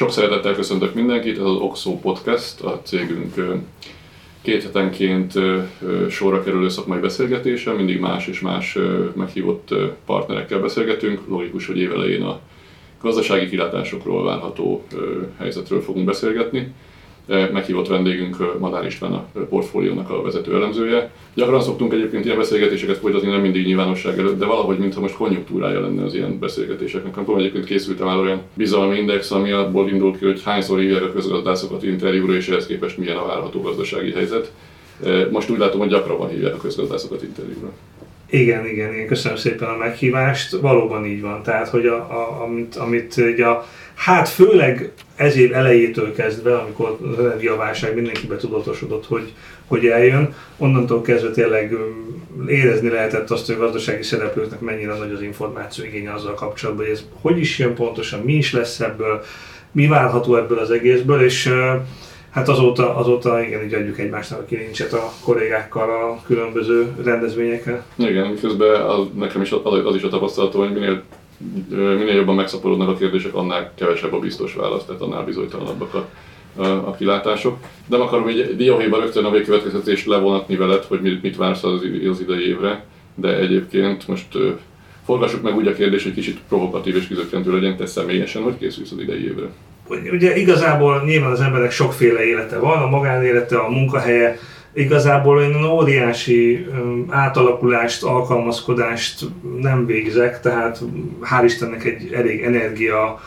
Sok szeretettel köszöntök mindenkit, ez az Oxo Podcast, a cégünk két hetenként sorra kerülő szakmai beszélgetése, mindig más és más meghívott partnerekkel beszélgetünk. Logikus, hogy évelején a gazdasági kilátásokról, várható helyzetről fogunk beszélgetni. Meghívott vendégünk Madár István, a portfóliónak a vezető elemzője. Gyakran szoktunk egyébként ilyen beszélgetéseket folytatni, nem mindig nyilvánosság előtt, de valahogy mintha most konjunktúrája lenne az ilyen beszélgetéseknek. Nem tudom, egyébként készültem el olyan bizalmi index, ami abból indul ki, hogy hányszor hívják a közgazdászokat interjúra, és ehhez képest milyen a várható gazdasági helyzet. Most úgy látom, hogy gyakrabban hívják a közgazdászokat interjúra. Igen, köszönöm szépen a meghívást. Valóban így van, tehát hogy amit főleg ez év elejétől kezdve, amikor az energiaválság mindenkibe tudatosodott, hogy eljön, onnantól kezdve tényleg érezni lehetett azt, hogy a gazdasági szereplőknek mennyire nagy az információ igénye azzal kapcsolatban, hogy ez hogy is jön pontosan, mi is lesz ebből, mi várható ebből az egészből, és hát azóta igen, így adjuk egymásnak a kilincset a kollégákkal a különböző rendezvényekre. Igen, közben nekem is az is a tapasztalatom, hogy minél jobban megszaporodnak a kérdések, annál kevesebb a biztos válasz, tehát annál bizonytalanabbak a kilátások. De nem akarom egy dióhéjban rögtön a végkövetkeztetést levonatni veled, hogy mit vársz az idei évre, de egyébként most forgassuk meg úgy a kérdést, hogy kicsit provokatív és kizökkentő legyen, te személyesen hogy készülsz az idei évre? Ugye igazából nyilván az emberek sokféle élete van, a magánélete, a munkahelye, igazából én óriási átalakulást, alkalmazkodást nem végzek, tehát hál' Istennek egy elég energia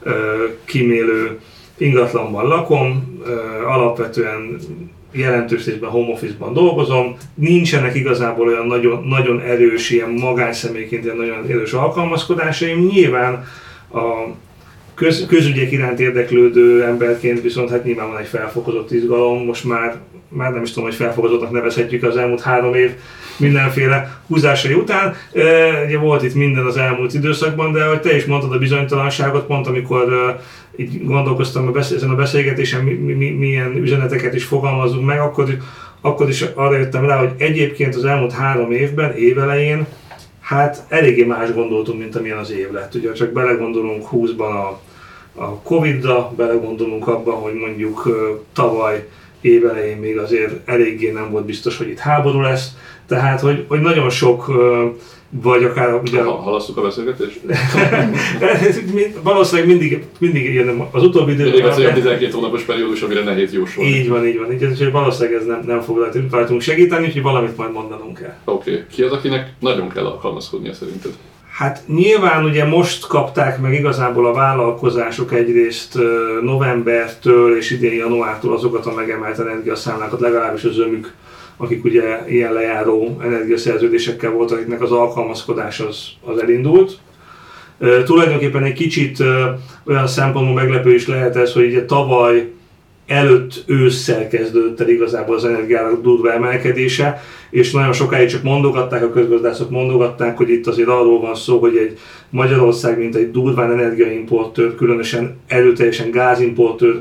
kímélő ingatlanban lakom, alapvetően jelentős részben home office-ban dolgozom, nincsenek igazából olyan nagyon erős, ilyen magánszemélyként ilyen nagyon erős alkalmazkodásaim, nyilván a közügyek iránt érdeklődő emberként viszont hát nyilván van egy felfokozott izgalom, most már nem is tudom, hogy felfokozottnak nevezhetjük az elmúlt 3 év mindenféle húzásai után. Ugye volt itt minden az elmúlt időszakban, de ahogy te is mondtad a bizonytalanságot, pont amikor így gondolkoztam ezen a beszélgetésen, milyen üzeneteket is fogalmazunk meg, akkor is arra jöttem rá, hogy egyébként az elmúlt 3 évben, évelején, hát eléggé más gondoltunk, mint amilyen az év lett. Ugye csak belegondolunk 20-ban a Covid-ra, belegondolunk abban, hogy mondjuk tavaly évelején még azért eléggé nem volt biztos, hogy itt háború lesz. Tehát, hogy nagyon sok, vagy akár... Ugye, halasszuk a beszélgetést? Valószínűleg mindig ilyen az utóbbi időben... Még az olyan 12 hónapos periódus, amire nehéz jósolni. Így van. Úgyhogy valószínűleg ez nem fog rajtunk segíteni, úgyhogy valamit majd mondanunk kell. Oké. Ki az, akinek nagyon kell alkalmazkodnia szerinted? Hát nyilván ugye most kapták meg igazából a vállalkozások egyrészt novembertől és idén januártól azokat a megemelt energiaszámlákat, legalábbis az ömük, akik ugye ilyen lejáró energiaszerződésekkel voltak, akiknek az alkalmazkodás az elindult. Tulajdonképpen egy kicsit olyan szempontból meglepő is lehet ez, hogy ugye tavaly előtt ősszel kezdődött el igazából az energiárak durva emelkedése, és nagyon sokáig csak mondogatták, a közgazdászok mondogatták, hogy itt azért arról van szó, hogy egy Magyarország, mint egy durván energiaimportőr, különösen erőteljesen gázimportőr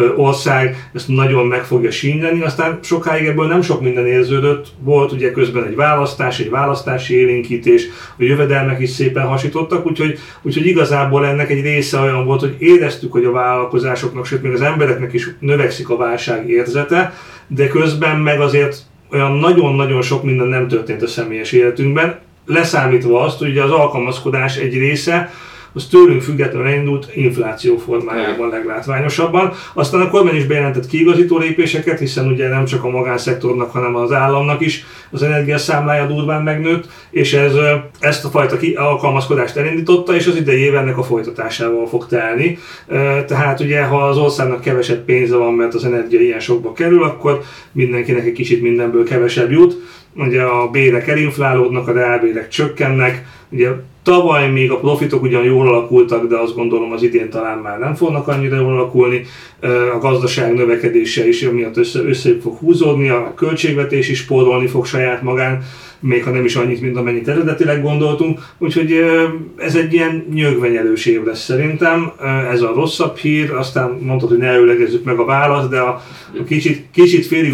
ország, ezt nagyon meg fogja sínyleni, aztán sokáig ebből nem sok minden érződött, volt ugye közben egy választási élénkítés, a jövedelmek is szépen hasítottak, úgyhogy igazából ennek egy része olyan volt, hogy éreztük, hogy a vállalkozásoknak, sőt még az embereknek is növekszik a válság érzete, de közben meg azért olyan nagyon-nagyon sok minden nem történt a személyes életünkben, leszámítva azt, hogy ugye az alkalmazkodás egy része, az tőlünk függetlenül elindult infláció formájában leglátványosabban. Aztán a kormány is bejelentett kiigazító lépéseket, hiszen ugye nem csak a magánszektornak, hanem az államnak is az energiaszámlája durván megnőtt, és ezt a fajta alkalmazkodást elindította, és az idei év ennek a folytatásával fog telni. Tehát ugye, ha az országnak kevesebb pénze van, mert az energia ilyen sokba kerül, akkor mindenkinek egy kicsit mindenből kevesebb jut. Ugye a bérek elinflálódnak, a reálbérek csökkennek, ugye tavaly még a profitok ugyan jól alakultak, de azt gondolom az idén talán már nem fognak annyira jól alakulni. A gazdaság növekedése is miatt össze fog húzódni, a költségvetés is spórolni fog saját magán, még ha nem is annyit, mint amennyit eredetileg gondoltunk. Úgyhogy ez egy ilyen nyögvenyelős év lesz szerintem, ez a rosszabb hír, aztán mondtad, hogy ne előlegezzük meg a választ, de a kicsit félig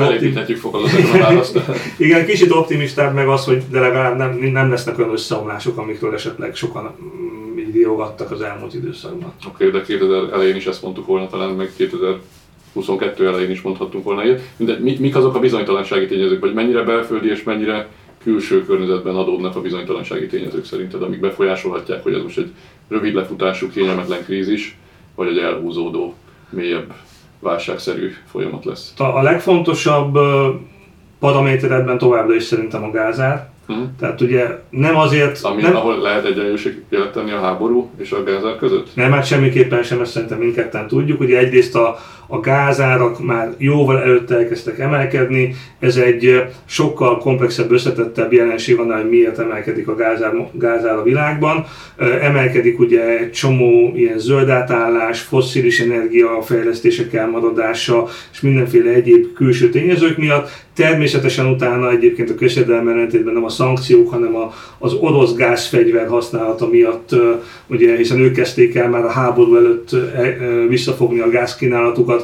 igen, kicsit optimistább meg az, hogy de legalább nem lesznek olyan összeomlások, amikről esetleg sokan így riogattak az elmúlt időszakban. Oké, de 2000 elején is ezt mondtuk volna, talán meg 2022 elején is mondhattunk volna ilyet. Mik azok a bizonytalansági tényezők, vagy mennyire belföldi és mennyire külső környezetben adódnak a bizonytalansági tényezők szerinted, amik befolyásolhatják, hogy ez most egy rövid lefutású, kényelmetlen krízis, vagy egy elhúzódó, mélyebb, válságszerű folyamat lesz? A legfontosabb paraméter ebben továbbra is szerintem a gázár. Tehát ugye nem azért... Ahol lehet egyenlőséget tenni a háború és a gázár között? Nem, hát semmiképpen sem, ezt szerintem mindketten tudjuk. Ugye egyrészt a gázárak már jóval előtte elkezdtek emelkedni, ez egy sokkal komplexebb, összetettebb jelenség annál, hogy miért emelkedik a gázár a világban. Emelkedik ugye egy csomó ilyen zöld átállás, fosszilis energia fejlesztések elmaradása és mindenféle egyéb külső tényezők miatt. Természetesen utána egyébként a közvédelem ellentétben nem a szankciók, hanem az orosz gázfegyver használata miatt, ugye, hiszen ők kezdték el már a háború előtt visszafogni a gázkínálatukat,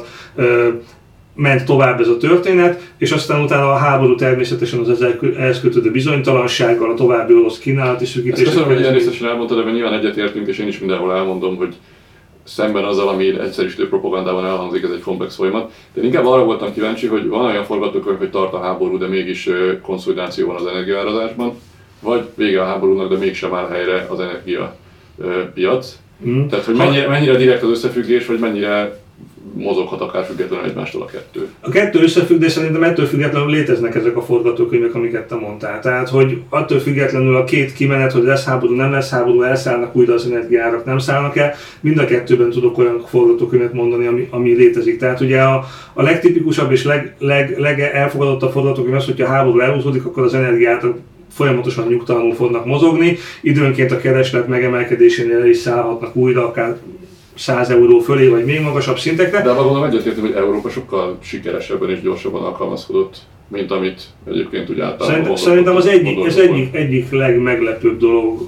ment tovább ez a történet, és aztán utána a háború természetesen az ehhez kötődő bizonytalansággal, a további orosz kínálati szűkítések. Köszönöm, hogy ilyen részesen elmondtad, de nyilván egyetértünk, és én is mindenhol elmondom, hogy szemben azzal, ami egyszerűsítő propagandában elhangzik, ez egy komplex folyamat. De inkább arra voltam kíváncsi, hogy van olyan forgatókönyv, hogy tart a háború, de mégis konszolidáció van az energiaárazásban, vagy vége a háborúnak, de mégsem áll helyre az energiapiac. Tehát, hogy mennyire direkt az összefüggés, vagy mennyire mozoghat akár függetlenül egymástól a kettő. A kettő összefügg, de szerintem ettől függetlenül léteznek ezek a forgatókönyvek, amiket te mondtál. Tehát, hogy attól függetlenül a két kimenet, hogy lesz háború, nem lesz háború, elszállnak újra az energiárak, nem szállnak el, mind a kettőben tudok olyan forgatókönyvet mondani, ami létezik. Tehát ugye a legtipikusabb és legelfogadottabb forgatókönyv az, hogyha a háború elhúzódik, akkor az energiát folyamatosan nyugtalanul fognak mozogni, időnként a kereslet megemelkedésénél el is szállhatnak újra, akár 100 euró fölé, vagy még magasabb szintekre. De gondolom egyetértünk, hogy Európa sokkal sikeresebben és gyorsabban alkalmazkodott, mint amit egyébként úgy általában Szerintem az egyik legmeglepőbb dolog,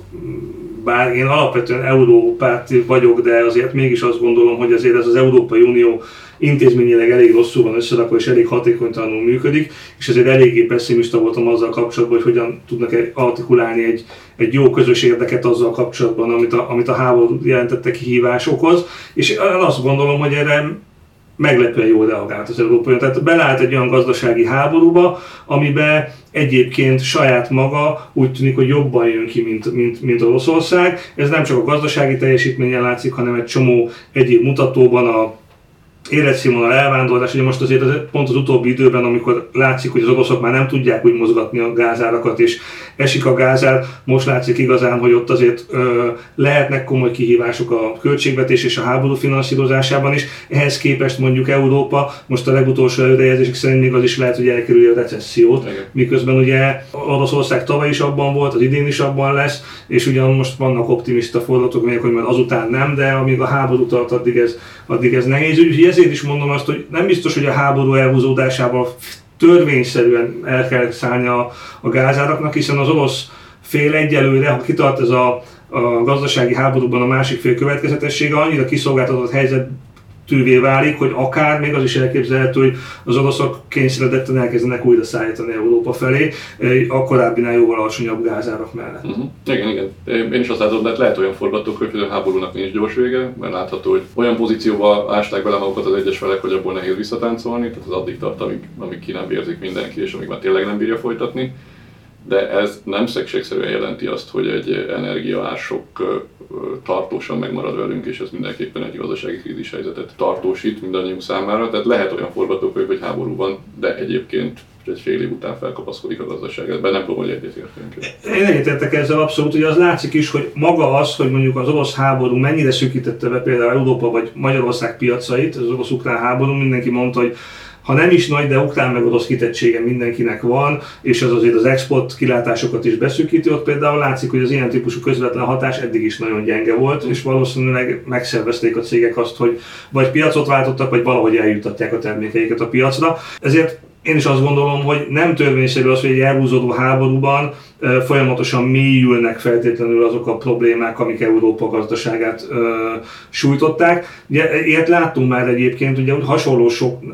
bár én alapvetően európárt vagyok, de azért mégis azt gondolom, hogy azért ez az Európai Unió intézményileg elég rosszul van összerakva és elég hatékonytalanul működik, és ezért eléggé pessimista voltam azzal kapcsolatban, hogy hogyan tudnak artikulálni egy jó közös érdeket azzal kapcsolatban, amit a háború jelentette kihívásokhoz, és azt gondolom, hogy erre meglepően jól reagált az Európai Unió. Tehát beleállt egy olyan gazdasági háborúba, amiben egyébként saját maga úgy tűnik, hogy jobban jön ki, mint Oroszország. Ez nem csak a gazdasági teljesítményen látszik, hanem egy csomó egyéb mutatóban, a életszínvonal, elvándorlás, ugye most azért pont az utóbbi időben, amikor látszik, hogy az oroszok már nem tudják úgy mozgatni a gázárakat, és esik a gázár, most látszik igazán, hogy ott azért lehetnek komoly kihívások a költségvetés és a háború finanszírozásában is. Ehhez képest mondjuk Európa, most a legutolsó előrejelzések szerint még az is lehet, hogy elkerülje a recessziót, miközben ugye Oroszország tavaly is abban volt, az idén is abban lesz, és ugyan most vannak optimista forgatókönyvek, hogy már azután nem, de amíg a háború tart, addig ez nehéz. Úgyhogy ezért is mondom azt, hogy nem biztos, hogy a háború elhúzódásával törvényszerűen el kell szállni a gázáraknak, hiszen az orosz fél egyelőre, ha kitart ez a gazdasági háborúban a másik fél következetessége, annyira kiszolgáltatott helyzetűvé válik, hogy akár még az is elképzelhető, hogy az oroszok kényszeredetten elkezdenek újra szállítani Európa felé, a korábbinál jóval alacsonyabb gázárak mellett. Igen. Én is azt látom, de lehet olyan forgatókönyv, hogy a háborúnak nincs gyors vége, mert látható, hogy olyan pozícióba ásták bele magukat az egyes felek, hogy abból nehéz visszatáncolni, tehát az addig tart, amíg ki nem vérzik mindenki, és amíg már tényleg nem bírja folytatni. De ez nem szükségszerűen jelenti azt, hogy egy energiaársok tartósan megmarad velünk, és ez mindenképpen egy gazdasági krízis helyzetet tartósít mindannyiunk számára. Tehát lehet olyan forgatókönyv, hogy háború van, de egyébként egy fél év után felkapaszkodik a gazdaság. Ebben nem tudom, hogy egyetértünk. Én egyetértek ezzel abszolút, ugye az látszik is, hogy maga az, hogy mondjuk az orosz háború mennyire szűkítette be például Európa vagy Magyarország piacait, az orosz-ukrán háború, mindenki mondta, hogy ha nem is nagy, de ukrán meg orosz kitettsége mindenkinek van, és az azért az export kilátásokat is beszűkíti, ott például látszik, hogy az ilyen típusú közvetlen hatás eddig is nagyon gyenge volt, és valószínűleg megszervezték a cégek azt, hogy vagy piacot váltottak, vagy valahogy eljuttatják a termékeiket a piacra. Ezért én is azt gondolom, hogy nem törvényszerű az, hogy egy elhúzódó háborúban folyamatosan mélyülnek feltétlenül azok a problémák, amik Európa gazdaságát sújtották. Ugye, ilyet láttunk már egyébként, ugye hasonló sok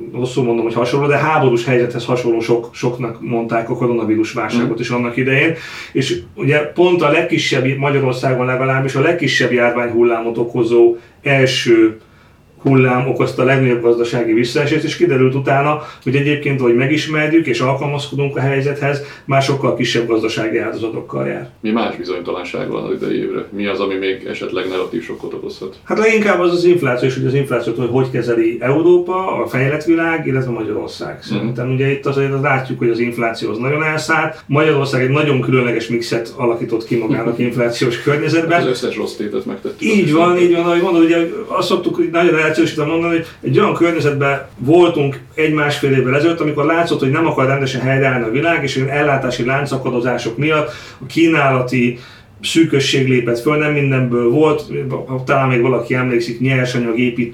rosszul mondom, hogy hasonló, de háborús helyzethez hasonló soknak mondták a koronavírus válságot is annak idején. És ugye pont a legkisebb, Magyarországon legalábbis a legkisebb járványhullámot okozó első hullám okozta a legnagyobb gazdasági visszaesést, és kiderült utána, hogy egyébként, hogy megismerjük és alkalmazkodunk a helyzethez, már sokkal kisebb gazdasági áldozatokkal jár. Mi más bizonytalanság van az idei évre? Mi az, ami még esetleg negatív sokkot okozhat? Hát leginkább az infláció, és hogy az inflációt hogy kezeli Európa, a fejlett világ, illetve Magyarország. Szerintem ugye itt azért látjuk, hogy az infláció az nagyon elszállt. Magyarország egy nagyon különleges mixet alakított ki magának inflációs környezetben. Az összes rossz tétet megtettük. Így van, ahogy mondod, ugye azt szoktuk hogy nagyon egyszerűsítve mondani, hogy egy olyan környezetben voltunk egy-másfél évvel ezelőtt, amikor látszott, hogy nem akar rendesen helyreállni a világ, és ellátási láncakadozások miatt a kínálati szűkösség lépett föl, nem mindenből volt, talán még valaki emlékszik, nyersanyag,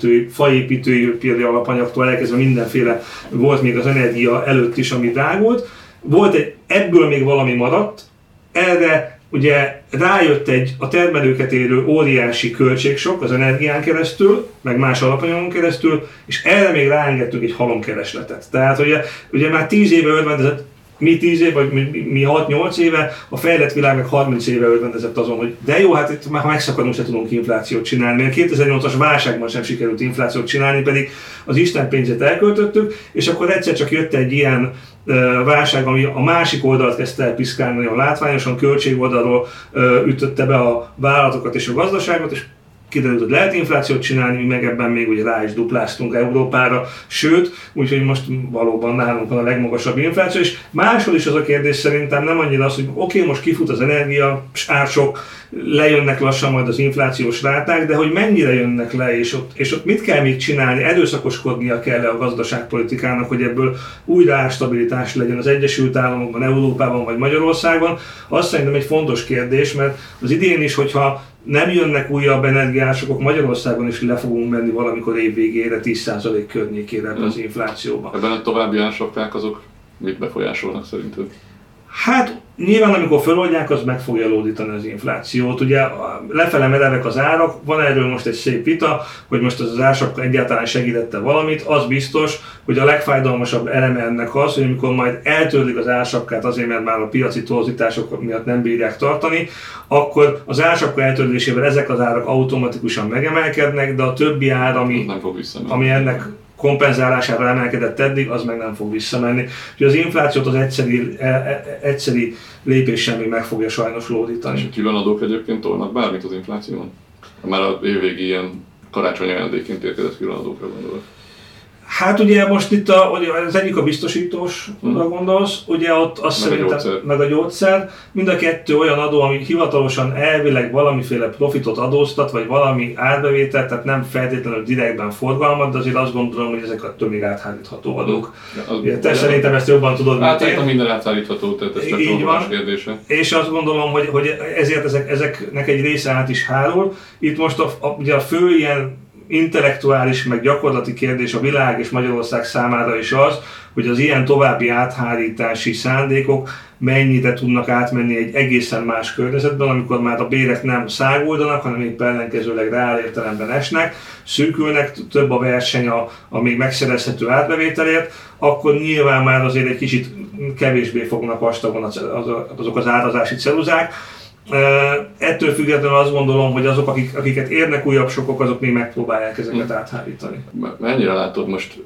faépítőipari alapanyagtól elkezdve mindenféle volt még az energia előtt is, ami drágult. Ebből még valami maradt, erre ugye rájött a termelőket érő óriási költségsok az energián keresztül, meg más alapanyagon keresztül, és erre még ráengedtünk egy halomkeresletet. Tehát ugye már 10 éve örvendezett, mi 10 éve, vagy mi 6-8 éve, a fejlett világ meg 30 éve örvendezett azon, hogy de jó, hát itt már ha megszakadunk, se tudunk inflációt csinálni. Mert 2008-as válságban sem sikerült inflációt csinálni, pedig az Isten pénzét elköltöttük, és akkor egyszer csak jött egy ilyen válság, ami a másik oldalt kezdte el piszkálni, nagyon látványosan költségoldalról ütötte be a vállalatokat és a gazdaságot, és kiderült, hogy lehet inflációt csinálni, mi meg ebben még ugye rá is dupláztunk Európára, sőt, úgyhogy most valóban nálunk van a legmagasabb infláció, és máshol is az a kérdés szerintem nem annyira az, hogy oké, most kifut az energia ársok, lejönnek lassan majd az inflációs ráták, de hogy mennyire jönnek le, és ott mit kell még csinálni, erőszakoskodnia kell a gazdaságpolitikának, hogy ebből újra árstabilitás legyen az Egyesült Államokban, Európában vagy Magyarországon, azt szerintem egy fontos kérdés, mert az idén is, hogyha nem jönnek újabb energiásokok, Magyarországon is le fogunk menni valamikor év végére 10% környékére ebben az inflációban. Ebben a további ársakkák azok mit befolyásolnak szerinted? Hát nyilván amikor feloldják, az meg fogja lódítani az inflációt. Ugye lefele merevek az árak, van erről most egy szép vita, hogy most az ársapka egyáltalán segítette valamit. Az biztos, hogy a legfájdalmasabb eleme ennek az, hogy amikor majd eltörlik az ársapkát azért, mert már a piaci torzítások miatt nem bírják tartani, akkor az ársapka eltörlésével ezek az árak automatikusan megemelkednek, de a többi ár, ami ennek kompenzálására emelkedett eddig, az meg nem fog visszamenni. Úgyhogy az inflációt az egyszeri lépéssel még meg fogja sajnos lódítani. És a különadók egyébként tolnak bármit az infláción? Már a évvégi ilyen karácsonyi ajándékként érkezett különadókra gondolok. Hát ugye most itt az egyik a biztosítósra gondolsz, ugye ott azt szerintem, meg a gyógyszer, mind a kettő olyan adó, ami hivatalosan elvileg valamiféle profitot adóztat, vagy valami árbevételt, tehát nem feltétlenül direktben forgalmat, de azért azt gondolom, hogy ezek a többig áthárítható adók. Te szerintem ezt jobban tudod, mint én. Minden áthárítható, tehát ez csak más kérdése. És azt gondolom, hogy ezért ezeknek egy része át is hárul. Itt most ugye a fő ilyen intellektuális, meg gyakorlati kérdés a világ és Magyarország számára is az, hogy az ilyen további áthárítási szándékok mennyire tudnak átmenni egy egészen más környezetben, amikor már a bérek nem száguldanak, hanem épp ellenkezőleg reál értelemben esnek, szűkülnek, több a verseny a még megszerezhető árbevételért, akkor nyilván már azért egy kicsit kevésbé fognak vastagon azok az árazási ceruzák. Ettől függetlenül azt gondolom, hogy azok, akiket érnek újabb sokok, azok még megpróbálják ezeket áthárítani. Mennyire látod most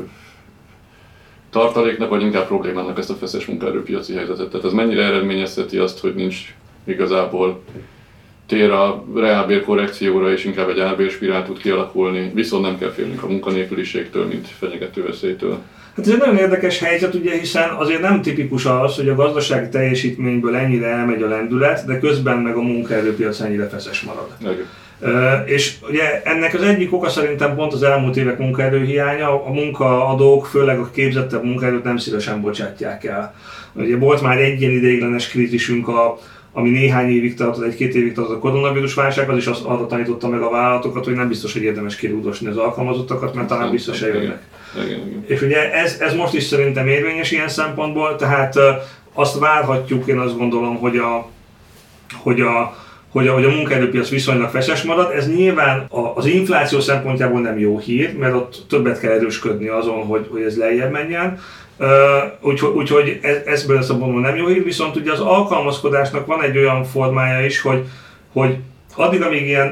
tartaléknak, vagy inkább problémának ezt a feszes munkaerőpiaci helyzetet? Tehát ez mennyire eredményezheti azt, hogy nincs igazából tér a reálbér korrekcióra, és inkább egy árbérspirál tud kialakulni, viszont nem kell félnünk a munkanélküliségtől, mint fenyegető veszélytől? Hát ez egy nagyon érdekes helyzet, ugye, hiszen azért nem tipikus az, hogy a gazdasági teljesítményből ennyire elmegy a lendület, de közben meg a munkaerőpiac ennyire feszes marad. És ugye ennek az egyik oka szerintem pont az elmúlt évek munkaerőhiánya, a munkaadók, főleg a képzettebb munkaerőt nem szívesen bocsátják el. Ugye volt már egy ilyen ideiglenes krízisünk, ami néhány évig tartott, egy-két évig tartott a koronavírus válság, az is arra tanította meg a vállalatokat, hogy nem biztos, hogy érdemes kirúgdosni az alkalmazottakat, mert talán vissza se jönnek. És ugye ez most is szerintem érvényes ilyen szempontból, tehát azt várhatjuk, én azt gondolom, hogy hogy a munkaerőpiac viszonylag feszes marad. Ez nyilván az infláció szempontjából nem jó hír, mert ott többet kell erősködni azon, hogy ez lejjebb menjen. Úgyhogy ez a szempontból nem jó hír, viszont ugye az alkalmazkodásnak van egy olyan formája is, hogy addig, amíg ilyen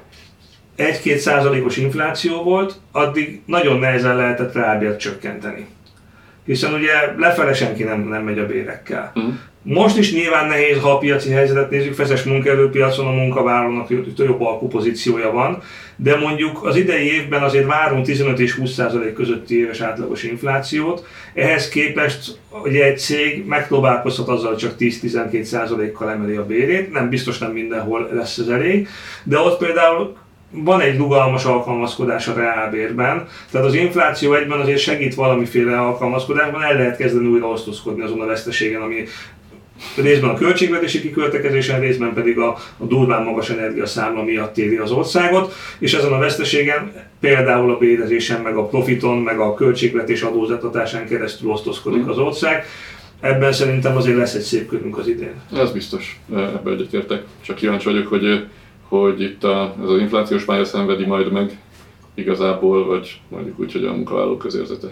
1-2%-os infláció volt, addig nagyon nehezen lehetett reálbért csökkenteni. Hiszen ugye lefele senki nem megy a bérekkel. Most is nyilván nehéz, ha a piaci helyzetet nézzük, feszes munkaerőpiacon a munkavállalónak jobb alkupozíciója van, de mondjuk az idei évben azért várunk 15 és 20% közötti éves átlagos inflációt. Ehhez képest ugye egy cég megpróbálkozhat azzal, hogy csak 10-12%-kal emeli a bérét, nem biztos, nem mindenhol lesz ez elég, de ott például van egy rugalmas alkalmazkodás a reálbérben, tehát az infláció egyben azért segít valamiféle alkalmazkodásban, el lehet kezdeni újra osztozkodni azon a veszteségen, ami részben a költségvetési kiköltekezésen, részben pedig a durván magas energiaszámla miatt éri az országot, és ezen a veszteségen például a bérezésen, meg a profiton, meg a költségvetés adóztatásán keresztül osztozkodik az ország. Ebben szerintem azért lesz egy szép körünk az idén. Ez biztos, ebben egyetértek. Csak kíváncsi vagyok, hogy itt ez az inflációs pálya szenvedi majd meg igazából, vagy mondjuk úgy, hogy a munkavállalók közérzete.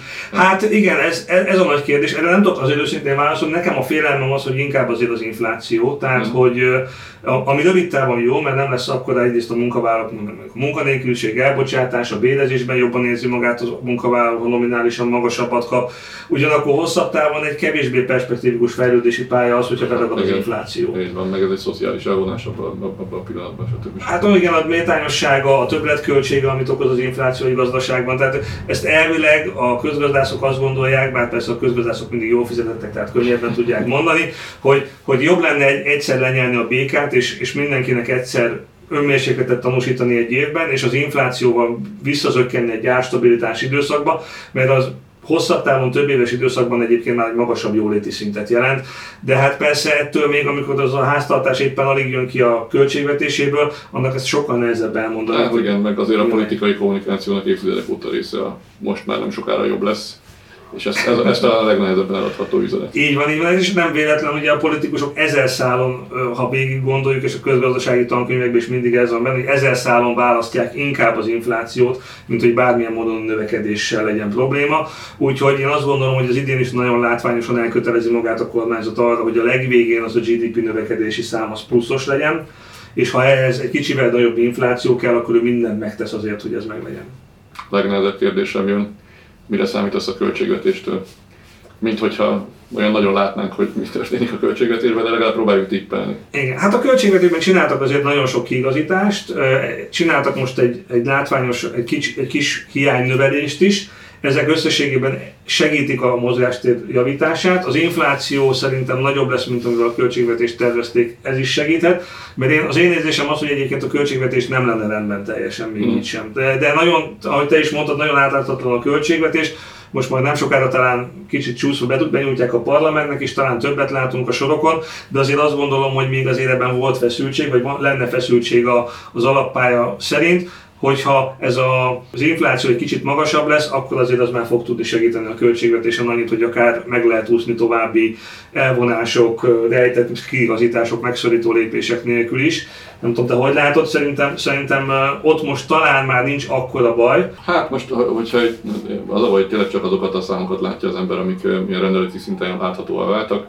Hát igen, ez a nagy kérdés. Erre nem tudok azért őszintén válaszolni. Nekem a félelmem az, hogy inkább azért az infláció. Tehát, hogy ami rövid távon jó, mert nem lesz akkora egyrészt a munkavállalók, a munkanélküliség elbocsátása, bérezésben jobban érzi magát a munkavállaló, ha nominálisan magasabbat kap. Ugyanakkor hosszabb távon egy kevésbé perspektívikus fejlődési pálya az, hogyha beragad az infláció. Így van, meg ez egy szociális elvonás abban a pillanatban, stb. Hát igen, a méltányossága, a többletköltsége, amit okoz az infláció egy gazdaságban. Tehát ezt elvileg a közgazdászok azt gondolják, bár persze a közgazdászok mindig jól fizetettek, tehát könnyebben tudják mondani, hogy jobb lenne egyszer lenyelni a békát, és mindenkinek egyszer önmérsékletet tanúsítani egy évben, és az inflációval visszazökkenni egy árstabilitás időszakba, mert az hosszabb távon, több éves időszakban egyébként már egy magasabb jóléti szintet jelent, de hát persze ettől még, amikor az a háztartás éppen alig jön ki a költségvetéséből, annak ezt sokkal nehezebb elmondani. Hát igen, meg azért a politikai kommunikációnak évtizedek óta része, most már nem sokára jobb lesz. És ez talán a legnehezebben eladható üzenet. Így van, és nem véletlen, ugye a politikusok 1000 szálon, ha végig gondoljuk, és a közgazdasági tankönyvekben is mindig ez van benne, hogy 1000 szálon választják inkább az inflációt, mint hogy bármilyen módon növekedéssel legyen probléma. Úgyhogy én azt gondolom, hogy az idén is nagyon látványosan elkötelezi magát a kormányzat arra, hogy a legvégén az a GDP növekedési szám az pluszos legyen, és ha ehhez egy kicsivel nagyobb infláció kell, akkor ő mindent megtesz azért, hogy ez meglegyen. Legnehezebb kérdésem jön. Mire számítasz a költségvetéstől? Mint hogyha olyan nagyon látnánk, hogy mi történik a költségvetésben, de legalább próbáljuk tippelni. Igen, hát a költségvetésben csináltak azért nagyon sok kiigazítást, csináltak most egy látványos, egy kis hiánynövelést is. Ezek összességében segítik a mozgástér javítását. Az infláció szerintem nagyobb lesz, mint amivel a költségvetést tervezték, ez is segíthet. Mert az én érzésem az, hogy egyébként a költségvetés nem lenne rendben teljesen, még így sem. De nagyon, ahogy te is mondtad, nagyon átláthatatlan a költségvetés. Most majd nem sokára talán kicsit csúszva benyújtják a parlamentnek, és talán többet látunk a sorokon, de azért azt gondolom, hogy még azért ebben volt feszültség, vagy lenne feszültség az alappálya szerint. Hogyha ez az infláció egy kicsit magasabb lesz, akkor azért az már fog tudni segíteni a költségvetésen annyit, hogy akár meg lehet úszni további elvonások, rejtett kiigazítások, megszorító lépések nélkül is. Nem tudom, te hogy látod, szerintem ott most talán már nincs akkora baj. Hát most, hogyha az a baj, hogy tényleg csak azokat a számokat látja az ember, amik milyen rendeleti szinten láthatóan váltak,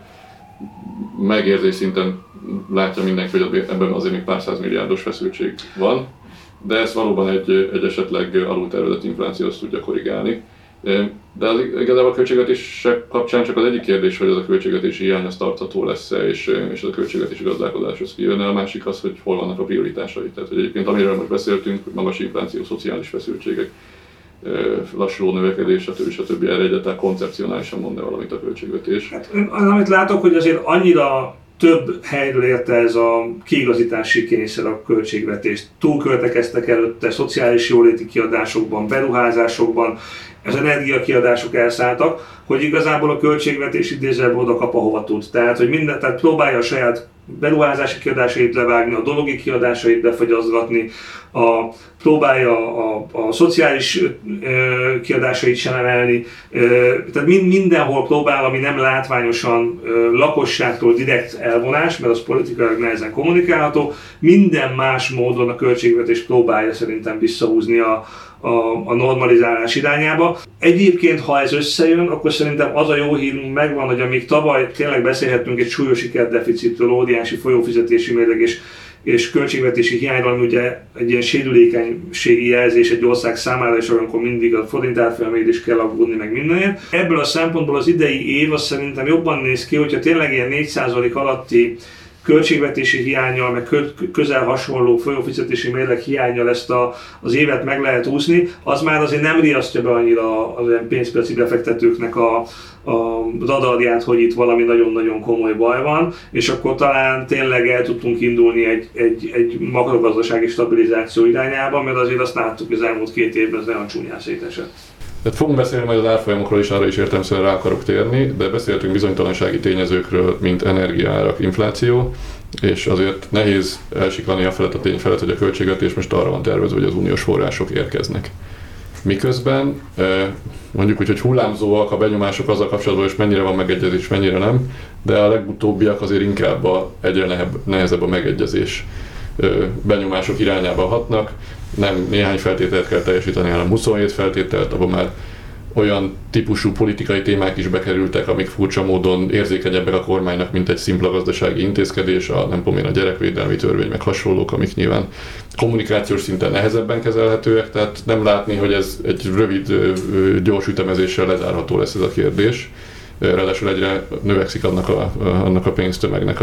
megérzés szinten látja mindenki, hogy ebben azért még pár százmilliárdos feszültség van. De ezt valóban egy esetleg alultervezett infláció azt tudja korrigálni. De igazából a költségvetések kapcsán csak az egyik kérdés, hogy ez a költségvetési hiány az tartható lesz-e, és ez a költségvetési gazdálkodáshoz kijönne. A másik az, hogy hol vannak a prioritásai. Tehát, hogy egyébként amiről most beszéltünk, hogy magas infláció, szociális feszültségek, lassuló növekedés, stb. Erre egyáltalán koncepcionálisan mond-e valamit a költségvetés? Hát, amit látok, hogy azért annyira több helyről érte ez a kiigazítási kényszer a költségvetést. Túlköltekeztek előtte szociális jóléti kiadásokban, beruházásokban, az energiakiadások elszálltak, hogy igazából a költségvetés idézőjelben oda kap, ahova tud. Tehát, hogy tehát próbálja a saját beruházási kiadásait levágni, a dologi kiadásait befagyaszgatni, próbálja a szociális kiadásait sem emelni, tehát mindenhol próbál, ami nem látványosan lakosságtól direkt elvonás, mert az politikailag nehezen kommunikálható, minden más módon a költségvetés próbálja szerintem visszahúzni a normalizálás irányába. Egyébként, ha ez összejön, akkor szerintem az a jó hírünk megvan, hogy amíg tavaly tényleg beszélhettünk egy súlyos sikerdeficitről, óriási folyófizetési mérleg és költségvetési hiányról, ami ugye egy ilyen sérülékenységi jelzés egy ország számára, és olyankor mindig a forint árfolyamért is kell aggódni meg mindenért. Ebből a szempontból az idei év az szerintem jobban néz ki, hogyha tényleg ilyen 4% alatti költségvetési hiánnyal, meg közel hasonló folyófizetési mérleg hiánnyal ezt az évet meg lehet úszni, az már azért nem riasztja be annyira az olyan pénzpiaci befektetőknek a radarját, hogy itt valami nagyon-nagyon komoly baj van, és akkor talán tényleg el tudtunk indulni egy makrogazdasági stabilizáció irányába, mert azért azt láttuk, hogy az elmúlt 2 évben ez nagyon csúnyán szétesett. Tehát fogunk beszélni majd az árfolyamokról is, arra is értelemszerűen rá akarok térni, de beszéltünk bizonytalansági tényezőkről, mint energiaárak, infláció, és azért nehéz elsiklani a felett a tény felett, hogy a költségvetés most arra van tervezve, hogy az uniós források érkeznek. Miközben mondjuk úgy, hogy hullámzóak a benyomások azzal kapcsolatban, hogy mennyire van megegyezés, mennyire nem, de a legutóbbiak azért inkább egyre nehezebb a megegyezés benyomások irányába hatnak. Nem néhány feltételt kell teljesíteni, hanem 27 feltételt, abban már olyan típusú politikai témák is bekerültek, amik furcsa módon érzékenyebbek a kormánynak, mint egy szimpla gazdasági intézkedés, a gyerekvédelmi törvény, meg hasonlók, amik nyilván kommunikációs szinten nehezebben kezelhetőek, tehát nem látni, hogy ez egy rövid, gyors ütemezéssel lezárható lesz ez a kérdés. Ráadásul egyre növekszik annak a pénztömegnek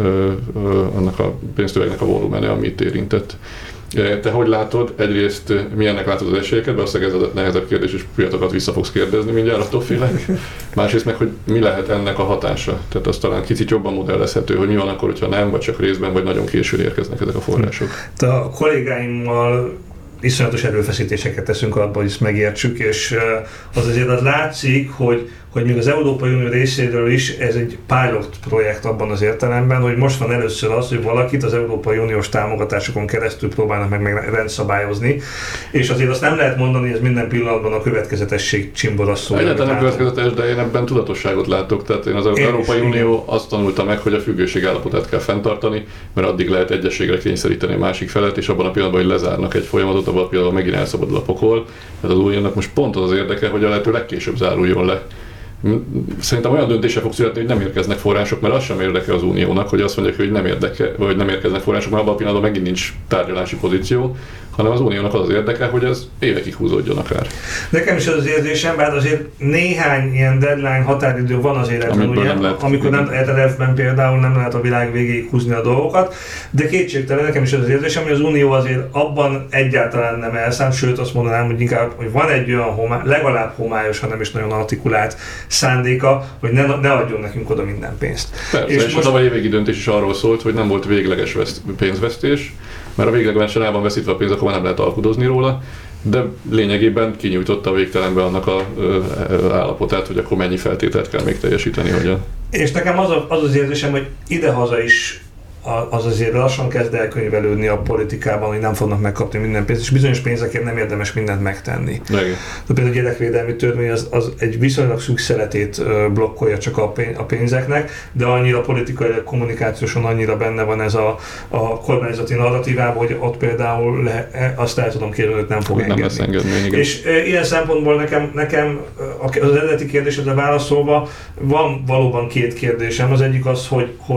a volumene, amit érintett. Te hogy látod? Egyrészt milyennek látod az esélyeket, valószínűleg ez a nehezebb kérdés, és pillanatokat vissza fogsz kérdezni mindjárt, attól félek. Másrészt meg, hogy mi lehet ennek a hatása? Tehát az talán kicsit jobban modellezhető, hogy mi van akkor, hogyha nem, vagy csak részben, vagy nagyon későn érkeznek ezek a források. A kollégáimmal iszonyatos erőfeszítéseket teszünk abban, hogy ezt megértsük, és az azért látszik, hogy még az Európai Unió részéről is ez egy pilot projekt abban az értelemben, hogy most van először az, hogy valakit az Európai Uniós támogatásokon keresztül próbálnak meg rendszabályozni, és azért azt nem lehet mondani, hogy ez minden pillanatban a következetesség csimborasszó. Egyáltalán nem következetes, de én ebben tudatosságot látok. Tehát én az Európai Unió azt tanulta meg, hogy a függőség állapotát kell fenntartani, mert addig lehet egyességre kényszeríteni a másik felet, és abban a pillanatban, hogy lezárnak egy folyamatot, abban a pillanatban megint elszabadul a pokol. Tehát az Uniónak most pont az érdeke, hogy a lehető legkésőbb záruljon le. Szerintem olyan döntése fog születni, hogy nem érkeznek források, mert az sem érdeke az Uniónak, hogy azt mondják, hogy nem érkeznek források, mert abban a pillanatban megint nincs tárgyalási pozíció, hanem az Uniónak az érdeke, hogy ez évekig húzódjon akár. Nekem is az érzésem, bár azért néhány ilyen deadline határidő van az életben, ugye, amikor nem ETLF-ben például nem lehet a világ végéig húzni a dolgokat, de kétségtelen nekem is az érzésem, hogy az Unió azért abban egyáltalán nem elszánt, sőt azt mondanám, hogy inkább, hogy van egy olyan legalább homályos, hanem is nagyon artikulált szándéka, hogy ne adjon nekünk oda minden pénzt. Persze, és most a tavalyi évvégi döntés is arról szólt, hogy nem volt végleges pénzvesztés, mert a véglegesen el van veszítve a pénz, akkor nem lehet alkudozni róla, de lényegében kinyújtotta a végtelenbe annak az állapotát, hogy akkor mennyi feltételt kell még teljesíteni. És nekem az érzésem, hogy idehaza is az azért lassan kezd elkönyvelődni a politikában, hogy nem fognak megkapni minden pénzt, és bizonyos pénzekért nem érdemes mindent megtenni. Például a gyerekvédelmi törvény az egy viszonylag szűk szeletét blokkolja csak a pénzeknek, de annyira politikai, kommunikációsan annyira benne van ez a kormányzati narratívában, hogy ott például azt el tudom kérni, hogy nem fog engedni. És ilyen szempontból nekem az eredeti kérdésedre válaszolva van valóban 2 kérdésem. Az egyik az,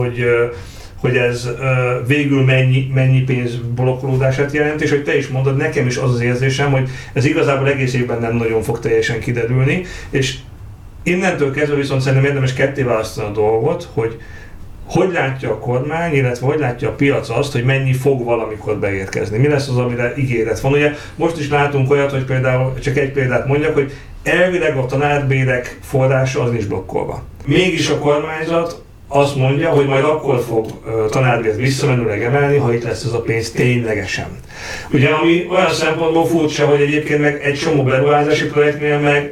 hogy ez végül mennyi pénz blokkolódását jelent, és hogy te is mondod, nekem is az az érzésem, hogy ez igazából egész évben nem nagyon fog teljesen kiderülni, és innentől kezdve viszont szerintem érdemes ketté választani a dolgot, hogy látja a kormány, illetve hogy látja a piac azt, hogy mennyi fog valamikor beérkezni. Mi lesz az, amire ígéret van. Ugye most is látunk olyat, hogy például, csak egy példát mondjak, hogy elvileg a tanárbérek forrása az nincs blokkolva. Mégis a kormányzat azt mondja, hogy majd akkor fog tanárbért visszamenőleg emelni, ha itt lesz ez a pénz ténylegesen. Ugye, ami olyan szempontból furcsa, hogy egyébként meg egy csomó beruházási projektnél meg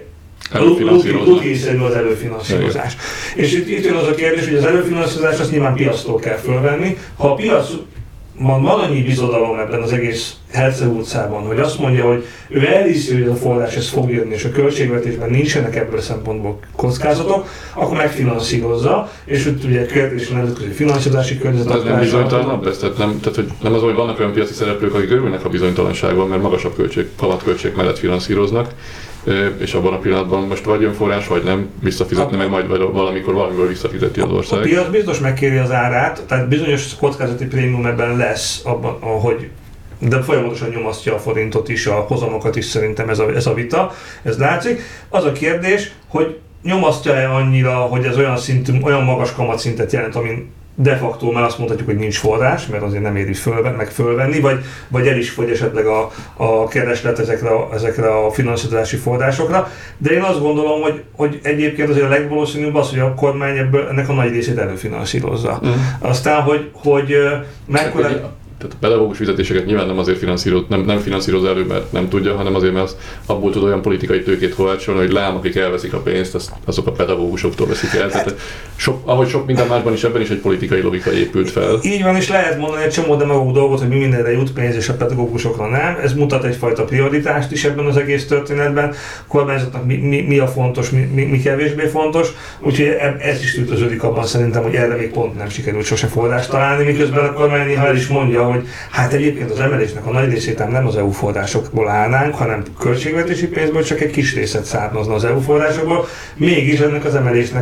rutinszerű az előfinanszírozás. És itt jön az a kérdés, hogy az előfinanszírozás azt nyilván piactól kell fölvenni. Ha a piac van annyi bizodalom ebben az egész Herceg utcában, hogy azt mondja, hogy ő elhiszi, hogy ez a forrás ez fog jönni, és a költségvetésben nincsenek ebből a szempontból kockázatok, akkor megfinanszírozza, és ott ugye kérdés a nemzetközi finanszírozási környezet. Ez nem bizonytalanabb lesz? Tehát, hogy nem az, hogy vannak olyan piaci szereplők, akik örülnek a bizonytalanságban, mert magasabb kamatköltség mellett finanszíroznak, és abban a pillanatban most vagy jön forrás, vagy nem visszafizetni, meg majd valamiből visszafizeti az ország. A piac biztos megkéri az árát, tehát bizonyos kockázati prémium ebben lesz, abban, ahogy de folyamatosan nyomasztja a forintot is, a hozamokat is szerintem ez a vita, ez látszik. Az a kérdés, hogy nyomasztja-e annyira, hogy ez olyan magas kamatszintet jelent, amin de facto már azt mondhatjuk, hogy nincs forrás, mert azért nem éri fölvenni, vagy el is fogy esetleg a kereslet ezekre a finanszírozási forrásokra. De én azt gondolom, hogy egyébként azért a legvalószínűbb az, hogy a kormány ennek a nagy részét előfinanszírozza. Aztán, hogy mekkora... Tehát a pedagógus fizetéseket nyilván nem azért nem finanszíroz elő, mert nem tudja, hanem azért, mert abból tud olyan politikai tőkét kovácsolni, hogy lám, akik elveszik a pénzt, azok a pedagógusoktól veszik el. Tehát ahogy sok minden másban is, ebben is egy politikai logika épült fel. Így van, és lehet mondani egy csomó demagóg dolgot, hogy mi mindenre jut pénz, és a pedagógusokra nem. Ez mutat egyfajta prioritást is ebben az egész történetben. A kormányzatnak mi a fontos, mi kevésbé fontos. Úgyhogy ez is tükröződik abban szerintem, hogy erre még pont nem sikerült sose forrást találni, miközben a kormány néha el is mondja, hogy hát egyébként az emelésnek a nagy részét nem az EU forrásokból állnánk, hanem költségvetési pénzből csak egy kis részet származna az EU forrásokból. Mégis ennek az emelés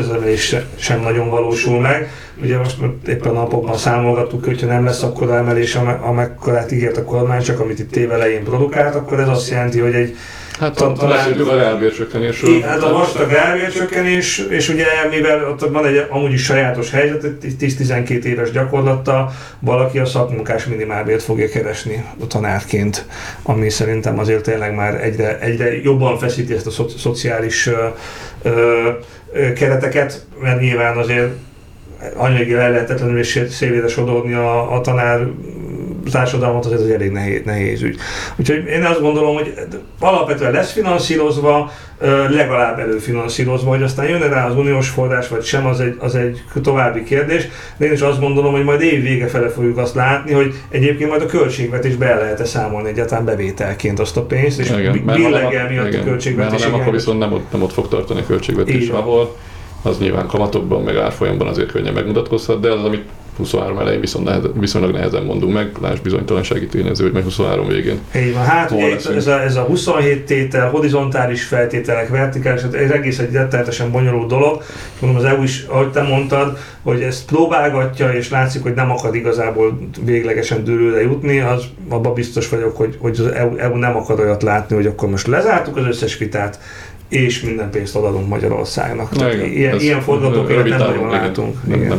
sem nagyon valósul meg. Ugye most éppen a napokban számolgattuk, hogyha nem lesz akkora emelés, amekkorát ígért a kormány, csak amit itt évelején produkált, akkor ez azt jelenti, hogy egy beszéltük a reálbércsökkenésről. Hát a vastag reálbércsökkenés, és ugye mivel ott van egy amúgy is sajátos helyzet, 10-12 éves gyakorlattal valaki a szakmunkás minimálbért fogja keresni a tanárként, ami szerintem azért tényleg már egyre jobban feszíti ezt a szociális kereteket, mert nyilván azért anyagilag lehetetlenül és szélére sodorni a tanár társadalmat, az egy elég nehéz ügy. Úgyhogy én azt gondolom, hogy alapvetően lesz finanszírozva, legalább előfinanszírozva, hogy aztán jön rá az uniós forrás, vagy sem, az egy további kérdés. De én is azt gondolom, hogy majd év vége fele fogjuk azt látni, hogy egyébként majd a költségvetésbe el lehet-e számolni egyáltalán bevételként azt a pénzt, és billegel miatt a költségvetés. Mert ha nem, akkor viszont nem ott fog tartani a költségvetés, ahol az nyilván kamatokban, meg árfolyamban azért könnyen megmutatkozhat, de az, amit 23 elején viszonylag nehezen mondunk meg, lásd bizonytalansági tényező, hogy meg 23 végén. Így van, hát ugye ez a 27 tétel, horizontális feltételek, vertikális, ez egész egy rettenetesen bonyolult dolog. Mondom, az EU is, ahogy te mondtad, hogy ezt próbálgatja, és látszik, hogy nem akar igazából véglegesen dőlőre jutni, az abban biztos vagyok, hogy az EU nem akar olyat látni, hogy akkor most lezártuk az összes vitát, és minden pénzt adunk Magyarországnak. Ilyen forgatókönyvet nem nagyon látunk.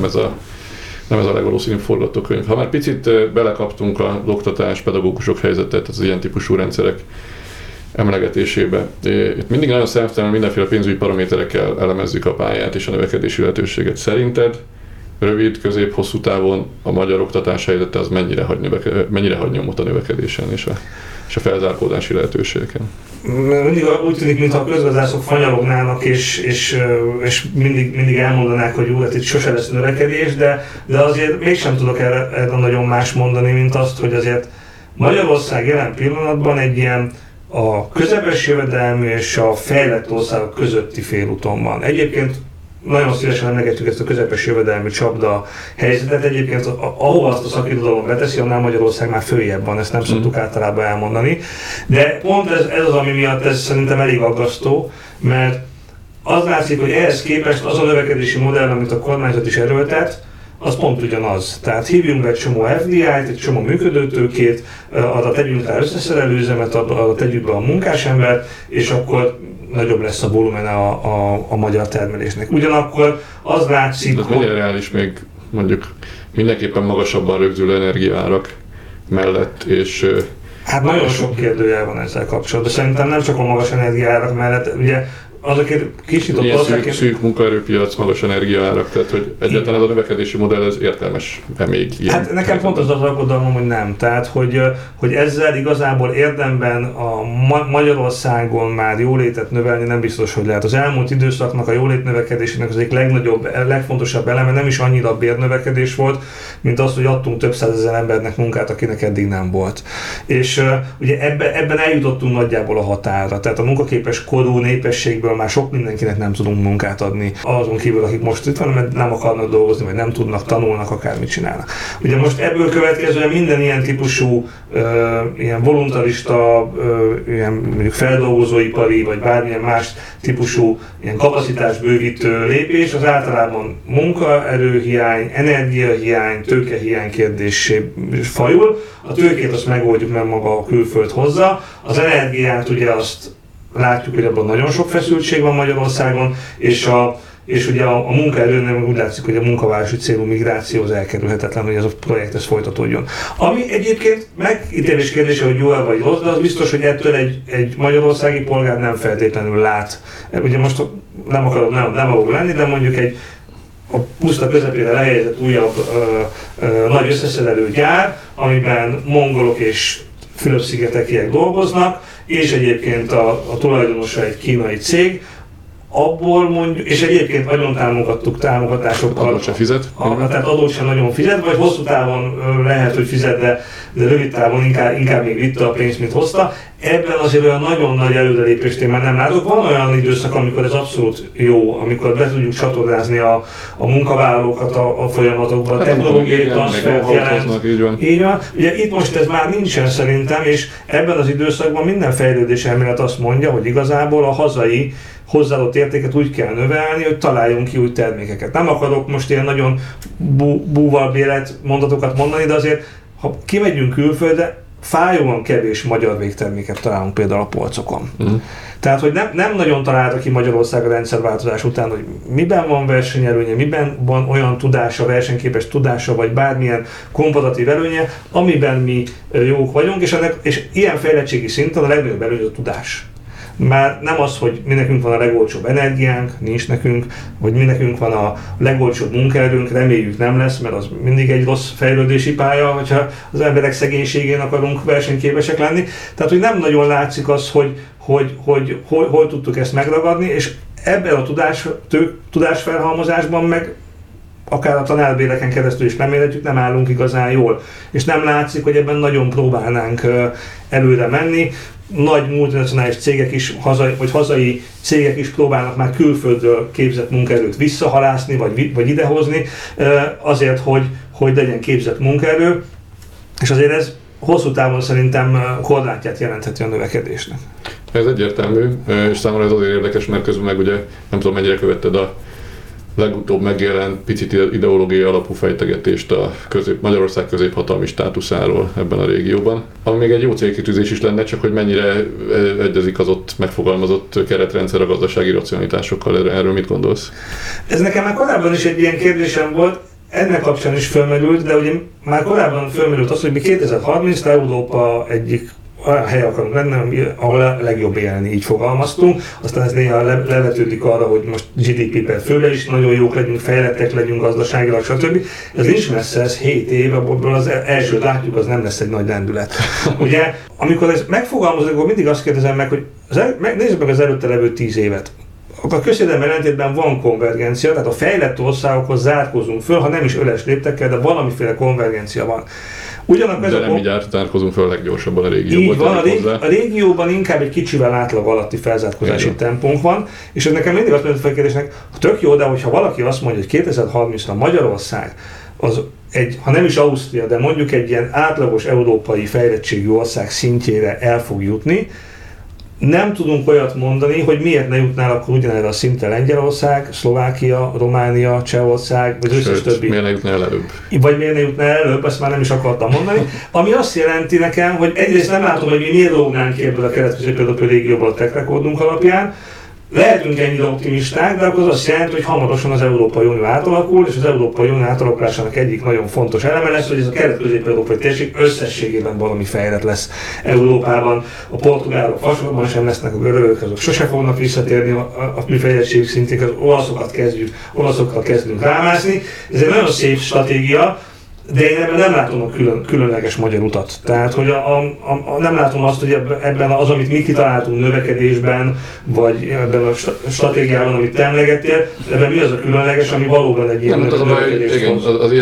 Nem ez a legvalószínűbb forgatókönyv. Ha már picit belekaptunk az oktatás, pedagógusok helyzetet, az ilyen típusú rendszerek emlegetésébe. Itt mindig nagyon szemtelen mindenféle pénzügyi paraméterekkel elemezzük a pályát és a növekedési lehetőséget. Szerinted rövid, közép, hosszú távon a magyar oktatás helyzete az mennyire hagy nyomot a növekedésen és a felzárkózási lehetőségeken? Mindig úgy tűnik, mintha a közgazdászok fanyalognának, és mindig elmondanák, hogy hát itt sose lesz növekedés, de azért mégsem tudok erre nagyon más mondani, mint azt, hogy azért Magyarország jelen pillanatban egy ilyen a közepes jövedelmű és a fejlett országok közötti félúton van. Egyébként nagyon szívesen emlegetjük ezt a közepes jövedelmű csapda helyzetet. Egyébként ahova azt a szakirodalom beteszi, annál Magyarország már följebb van, ezt nem szoktuk általában elmondani. De pont ez az, ami miatt ez szerintem elég aggasztó, mert az látszik, hogy ehhez képest az a növekedési modell, amit a kormányzat is erőltet, az pont ugyanaz. Tehát hívjunk be egy csomó FDI-t, egy csomó működőtőkét, arra tegyünk rá összeszerelőüzemet, arra tegyük be a munkásembert, és akkor nagyobb lesz a volumen a magyar termelésnek. Ugyanakkor az látszik, hogy... mennyire reális még mondjuk mindenképpen magasabban rögzülő energiaárak mellett, és... Hát nagyon sok kérdőjel van ezzel kapcsolatban. Szerintem nem csak a magas energiaárak mellett, ugye azokért kisított országként... Szűk munkaerőpiac, magas energiaárak, tehát hogy egyáltalán ez a növekedési modell ez értelmes-e még ilyen? Hát nekem pont az aggodalmam, hogy nem. Tehát, hogy ezzel igazából érdemben a Magyarországon már jólétet növelni nem biztos, hogy lehet. Az elmúlt időszaknak a jólét növekedésének az egyik legnagyobb, legfontosabb eleme nem is annyira a bérnövekedés volt, mint az, hogy adtunk több százezer embernek munkát, akinek eddig nem volt. És ugye ebben eljutottunk nagyjából a határra. Tehát a munkaképes korú népességből már sok mindenkinek nem tudunk munkát adni. Azon kívül, akik most itt van, mert nem akarnak dolgozni, vagy nem tudnak, tanulnak, akármit csinálnak. Ugye most ebből következően minden ilyen típusú, ilyen voluntarista, ilyen mondjuk feldolgozóipari, vagy bármilyen más típusú ilyen kapacitásbővítő lépés, az általában munkaerőhiány, energiahiány, tőkehiány kérdésé fajul. A tőkét azt megoldjuk, mert maga a külföld hozza. Az energiát ugye azt látjuk, hogy abban nagyon sok feszültség van Magyarországon, és ugye a munkaerőnél úgy látszik, hogy a munkavárosi célú migráció az elkerülhetetlen, hogy ez a projekt ez folytatódjon. Ami egyébként megítélés kérdése, hogy jó-e vagy rossz, de az biztos, hogy ettől egy magyarországi polgár nem feltétlenül lát. Ugye most nem akarok lenni, de mondjuk a puszta közepére lehelyezett újabb nagy összeszerelő gyár, amiben mongolok és Fülöp-szigetekiek dolgoznak, és egyébként a tulajdonosa egy kínai cég, abból mondjuk, és egyébként nagyon támogattuk támogatásokkal. Adót sem fizet? Tehát adót sem nagyon fizet, vagy hosszú távon lehet, hogy fizet, de rövid távon inkább még vitte a pénzt, mint hozta. Ebben azért olyan nagyon nagy előrelépést én már nem látok. Van olyan időszak, amikor ez abszolút jó, amikor be tudjuk csatornázni a munkavállalókat a folyamatokban, a technológiai transfert jelent. Így van. Ugye itt most ez már nincsen szerintem, és ebben az időszakban minden fejlődés elmélet azt mondja, hogy igazából a hazai hozzáadott értéket úgy kell növelni, hogy találjunk ki új termékeket. Nem akarok most ilyen nagyon búval bélet mondatokat mondani, de azért, ha kimegyünk külföldre, fájóan kevés magyar végterméket találunk például a polcokon. Tehát, hogy nem nagyon találta ki Magyarország a rendszerváltozás után, hogy miben van versenyelőnye, miben van olyan tudása, versenyképes tudása, vagy bármilyen komparatív előnye, amiben mi jók vagyunk, és ilyen fejlettségi szinten a legnagyobb előnye a tudás. Már nem az, hogy mi nekünk van a legolcsóbb energiánk, nincs nekünk, vagy mi nekünk van a legolcsóbb munkaerőnk, reméljük nem lesz, mert az mindig egy rossz fejlődési pálya, hogyha az emberek szegénységén akarunk versenyképesek lenni. Tehát, hogy nem nagyon látszik az, hogy hol tudtuk ezt megragadni, és ebben a tudásfelhalmozásban meg akár a tanárbéreken keresztül is remélhetjük, nem állunk igazán jól. És nem látszik, hogy ebben nagyon próbálnánk előre menni. Nagy multinacionális cégek is, hazai cégek is próbálnak már külföldről képzett munkaerőt visszahalászni, vagy idehozni, azért, hogy legyen képzett munkaerő, és azért ez hosszú távon szerintem korlátját jelentheti a növekedésnek. Ez egyértelmű, és számomra ez azért érdekes, mert közben meg ugye nem tudom mennyire követted a legutóbb megjelent picit ideológiai alapú fejtegetést a Magyarország középhatalmi státuszáról ebben a régióban. Ami még egy jó célkitűzés is lenne, csak hogy mennyire egyezik az ott megfogalmazott keretrendszer a gazdasági racionalitásokkal. Erről mit gondolsz? Ez nekem már korábban is egy ilyen kérdésem volt, ennek kapcsán is fölmerült, de ugye már korábban fölmerült az, hogy mi 2030-ra Európa egyik olyan hely akarunk lenni, ahol a legjobb élni, így fogalmaztunk. Aztán ez néha levetődik arra, hogy most GDP per főre is nagyon jók legyünk, fejlettek legyünk gazdaságilag, stb. Ez nincs messze, ez 7 év, abból az elsőt látjuk, az nem lesz egy nagy lendület. Ugye, amikor ez megfogalmazódik, akkor mindig azt kérdezem meg, hogy nézzük meg az előtte levő 10 évet. A közvédelem ellentétben van konvergencia, tehát a fejlett országokhoz zárkózunk föl, ha nem is öles léptekkel, de valamiféle konvergencia van. De nem így zárkózunk föl leggyorsabban a régióban. Így van, a régióban inkább egy kicsivel átlag alatti felzárkózási tempónk van, és ez nekem mindig azt mondja a felkérdésnek, tök jó, de hogyha valaki azt mondja, hogy 2030-ra Magyarország az ha nem is Ausztria, de mondjuk egy ilyen átlagos európai fejlettségű ország szintjére el fog jutni, nem tudunk olyat mondani, hogy miért ne jutnál akkor ugyanerre a szintre Lengyelország, Szlovákia, Románia, Csehország, vagy összes többi. Miért ne jutnál előbb? Vagy miért ne jutnál előbb, ezt már nem is akartam mondani. Ami azt jelenti nekem, hogy egyrészt nem látom, hogy mi miért lógnánk ki ebből a kelet-közép-európai régióból a track recordunk alapján, Lehetünk ennyire optimisták, de akkor az azt jelenti, hogy hamarosan az Európai Unió átalakul, és az Európai Unió átalakulásának egyik nagyon fontos eleme lesz, hogy ez a kelet-közép-európai térség összességében valami fejlett lesz Európában. A portugálok hasonlóan sem lesznek, a görögök azok sose fognak visszatérni a mi fejlettségük szintén, az olaszokkal kezdünk rámászni. Ez egy nagyon szép stratégia, de én ebben nem látom a különleges magyar utat. Tehát, hogy nem látom azt, hogy ebben az, amit mi kitaláltunk növekedésben, vagy ebben a stratégiában, amit te emlegettél, ebben mi az a különleges, ami valóban egy ilyen növekedést hoz. Az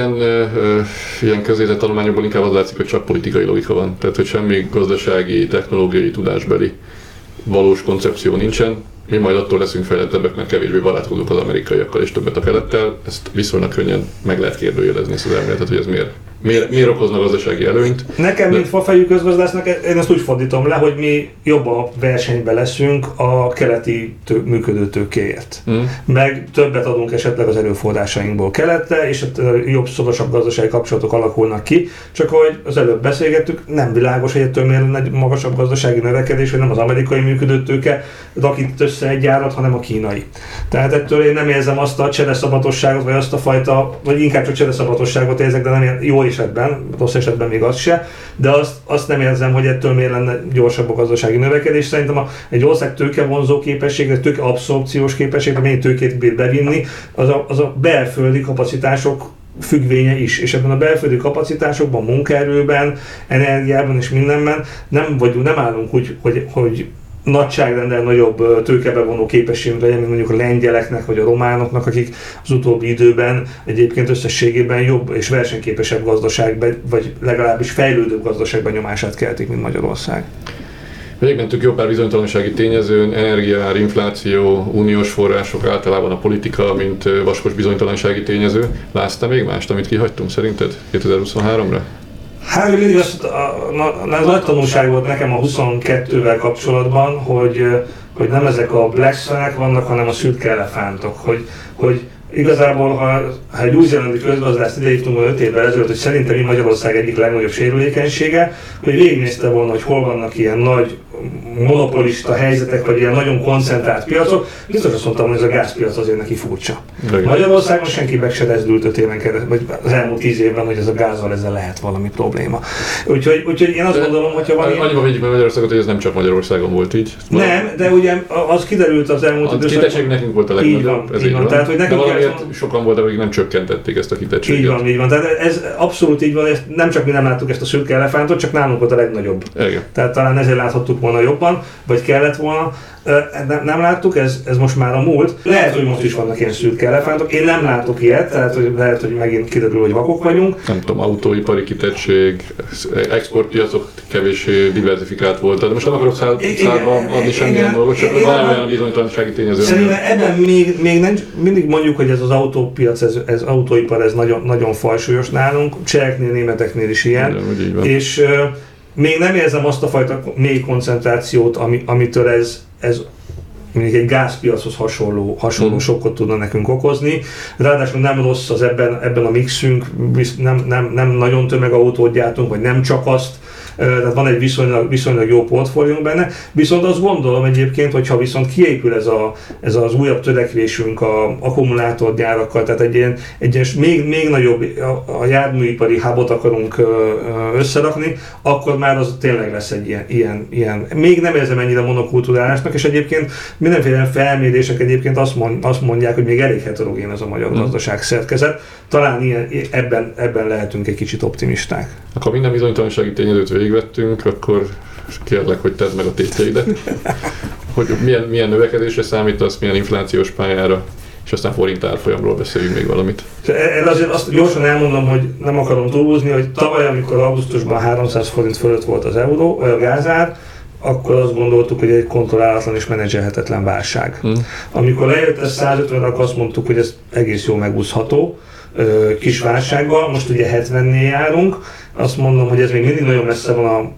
ilyen közétett tanulmányokból inkább az látszik, hogy csak politikai logika van. Tehát, hogy semmi gazdasági, technológiai, tudásbeli valós koncepció nincsen. Mi majd attól leszünk fejlettebbek, mert kevésbé barátkozunk az amerikaiakkal és többet a kelettel. Ezt viszonylag könnyen meg lehet kérdőjelezni ezt az elméletet, hogy ez miért okozna gazdasági előnyt. Nekem, mint fafejű közgazdásznak, én ezt úgy fordítom le, hogy mi jobban a versenyben leszünk a keleti működő tőkéért. Meg többet adunk esetleg az erőforrásainkból keletre, és jobb, szorosabb gazdasági kapcsolatok alakulnak ki. Csak ahogy az előbb beszélgettük, nem világos, hogy ettől miért lenne magasabb gazdasági növekedés, hogy nem az amerikai működő tőke rakít össze egy árat, hanem a kínai. Tehát ettől én nem érzem azt a csereszabatosságot, vagy azt a fajta, vagy inkább csak csereszabatosságot érzek, de nem jó esetben, rossz esetben még az se, de azt nem érzem, hogy ettől miért lenne gyorsabb a gazdasági növekedés. Szerintem egy ország tőkevonzó képességre, tőke abszorpciós képességre, mennyi tőkét bír bevinni, az a belföldi kapacitások függvénye is, és ebben a belföldi kapacitásokban, munkaerőben, energiában és mindenben nem állunk úgy, hogy nagyságrendel nagyobb tőkebevonó képességünk legyen, mint mondjuk a lengyeleknek vagy a románoknak, akik az utóbbi időben egyébként összességében jobb és versenyképesebb gazdaságban, vagy legalábbis fejlődőbb gazdaságban nyomását keltik, mint Magyarország. Végigmentünk jó pár bizonytalansági tényezőn, energiaár, infláció, uniós források, általában a politika, mint vaskos bizonytalansági tényező. Látsz te még mást, amit kihagytunk szerinted 2023-ra? Hát mindig az nagy tanulság volt nekem a 22-vel kapcsolatban, hogy nem ezek a black swanek vannak, hanem a szürke elefántok. Hogy igazából, ha egy új-zélandi közgazdászt idehívtunk 5 évvel ezelőtt, hogy szerintem mi Magyarország egyik legnagyobb sérülékenysége, hogy végignézte volna, hogy hol vannak ilyen nagy monopolista helyzetek, vagy ilyen nagyon koncentrált piacok, biztos azt mondtam, hogy ez a gázpiac azért neki furcsa. Magyarországon senkinek se rezdült 5 éven keresztül, vagy az elmúlt 10 évben, hogy ez a gázzal ezzel lehet valami probléma. Úgyhogy én azt gondolom, hogyha van ilyen... Annyiban védjük meg Magyarországot, hogy ez nem csak Magyarországon volt így. Nem, de ugye az kiderült az elmúlt időszakban. A kitettség nekünk volt a legnagyobb. Így van. Tehát, hogy nekünk sokan voltak, akik nem csökkentették ezt a kitettséget. Így van. Tehát ez abszolút így van, nem csak mi nem láttuk ezt a szürke elefántot, csak nálunk volt a legnagyobb. Igen. Tehát talán ezért láthattuk volna jobban, vagy kellett volna. Nem láttuk, ez most már a múlt. Lehet, hogy most is vannak ilyen szürke elefántok. Én nem látok ilyet, tehát hogy lehet, hogy megint kiderül, hogy vakok vagyunk. Nem tudom, autóipari kitettség, exportpiacok kevésbé diversifikált volt. De most nem akarok szárba adni semmilyen dolgot, csak van olyan bizonytalansági tényező. Szerintem ebben még nem, mindig mondjuk, hogy ez az autópiac, ez autóipar, ez nagyon, nagyon fajsúlyos nálunk. Cseheknél, németeknél is ilyen. És még nem érzem azt a fajta mély koncentrációt, amitől ez mondjuk egy gázpiachoz hasonló sokkot tudna nekünk okozni. Ráadásul nem rossz az ebben a mixünk, nem nagyon tömegautót gyártunk, vagy nem csak azt. Tehát van egy viszonylag jó portfóliónk benne, viszont azt gondolom egyébként, hogy ha viszont kiépül ez az újabb törekvésünk a akkumulátorgyárakkal, tehát egy ilyen még nagyobb a járműipari hubot akarunk összerakni, akkor már az tényleg lesz egy ilyen még nem érzem ennyire monokulturálásnak, és egyébként mindenféle felmérések egyébként azt mondják, hogy még elég heterogén ez a magyar gazdaság szerkezet. Talán ebben lehetünk egy kicsit optimisták. Akkor minden bizonytalansági tényezőt végigvettünk, akkor kérlek, hogy tedd meg a tétjeidet, hogy milyen növekedésre számítasz, milyen inflációs pályára, és aztán forint árfolyamról beszéljünk még valamit. Azért azt gyorsan elmondom, hogy nem akarom túlhúzni, hogy tavaly, amikor augusztusban 300 forint fölött volt az euró, a gázár, akkor azt gondoltuk, hogy egy kontrollálatlan és menedzselhetetlen válság. Amikor lejött ez 150-re, akkor azt mondtuk, hogy ez egész jól megúszható kis válsággal, most ugye 70-nél járunk, azt mondom, hogy ez még mindig nagyon messze van a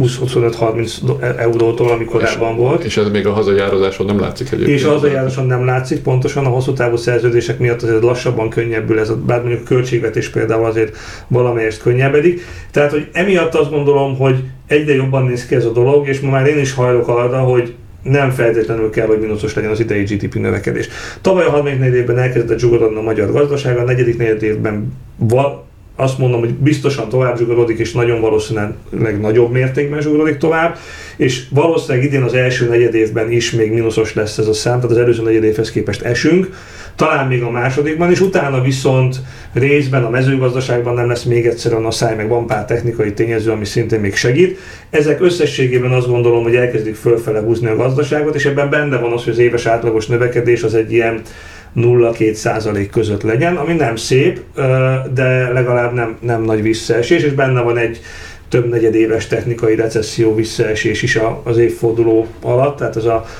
20-25-30 eurótól, ami korábban volt. És ez még a hazai árazáson nem látszik egyébként. És a hazai árazáson nem látszik, pontosan a hosszú távú szerződések miatt azért lassabban könnyebbül ez, bár mondjuk a költségvetés például azért valamelyest könnyebbedik. Tehát, hogy emiatt azt gondolom, hogy egyre jobban néz ki ez a dolog, és ma már én is hajlok arra, hogy nem feltétlenül kell, hogy mínuszos legyen az idei GDP növekedés. Tavaly a harmadik negyedévben elkezdett zsugorodni a magyar gazdaság, a negyedik negyedévben azt mondom, hogy biztosan tovább zsugorodik, és nagyon valószínűleg nagyobb mértékben zsugorodik tovább, és valószínűleg idén az első negyedévben is még mínuszos lesz ez a szám, tehát az előző negyedévhez képest esünk, talán még a másodikban is, utána viszont részben a mezőgazdaságban nem lesz még egyszerűen a száj, meg van pár technikai tényező, ami szintén még segít. Ezek összességében azt gondolom, hogy elkezdik fölfele húzni a gazdaságot, és ebben benne van az, hogy az éves átlagos növekedés az egy ilyen 0-2% között legyen, ami nem szép, de legalább nem nagy visszaesés, és benne van egy több negyedéves technikai recesszió visszaesés is az évforduló alatt, tehát ez a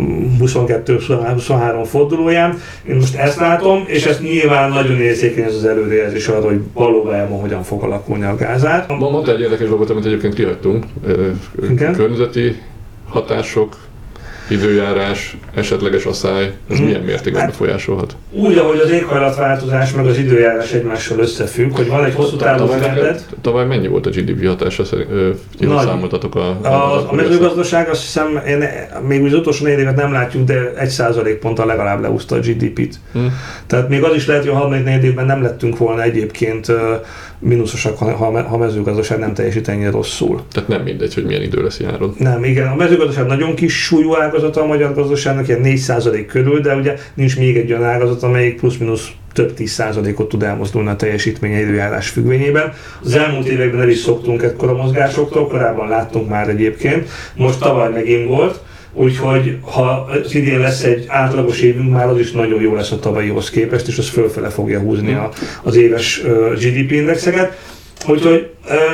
22-23 fordulóján. Én most ezt látom, és ezt nyilván nagyon érzékeny ez az előrejelzés arra, hogy valójában hogyan fog alakulni a gázár. Mondta egy érdekes dolgot, amit egyébként kihagytunk. Környezeti hatások, időjárás, esetleges asszály, ez milyen mértékben befolyásolhat? Úgy, ahogy az éghajlatváltozás meg az időjárás egymással összefügg, hogy van egy hosszú távú trendet. Tavaly mennyi volt a GDP hatása? Számoltatok a mezőgazdaság, azt hiszem, még az utolsó 4 évet nem látjuk, de 1% ponttal legalább leúszta a GDP-t. Tehát még az is lehet, hogy a harmadik 4 évben nem lettünk volna egyébként mínuszosak, ha a mezőgazdaság nem teljesít ennyire rosszul. Tehát nem mindegy, hogy milyen idő lesz járon. Nem, igen. A mezőgazdaság nagyon kis súlyú ágazata a magyar gazdaságnak, ilyen 4% körül, de ugye nincs még egy olyan ágazat, amelyik plusz-minusz több 10%-ot tud elmozdulni a teljesítménye időjárás függvényében. Az elmúlt években el is szoktunk ekkora mozgásoktól, korábban láttunk már egyébként, most tavaly megint volt. Úgyhogy ha az idén lesz egy átlagos évünk, már az is nagyon jó lesz a tavalyihoz képest, és az fölfele fogja húzni az éves GDP indexeket. Úgyhogy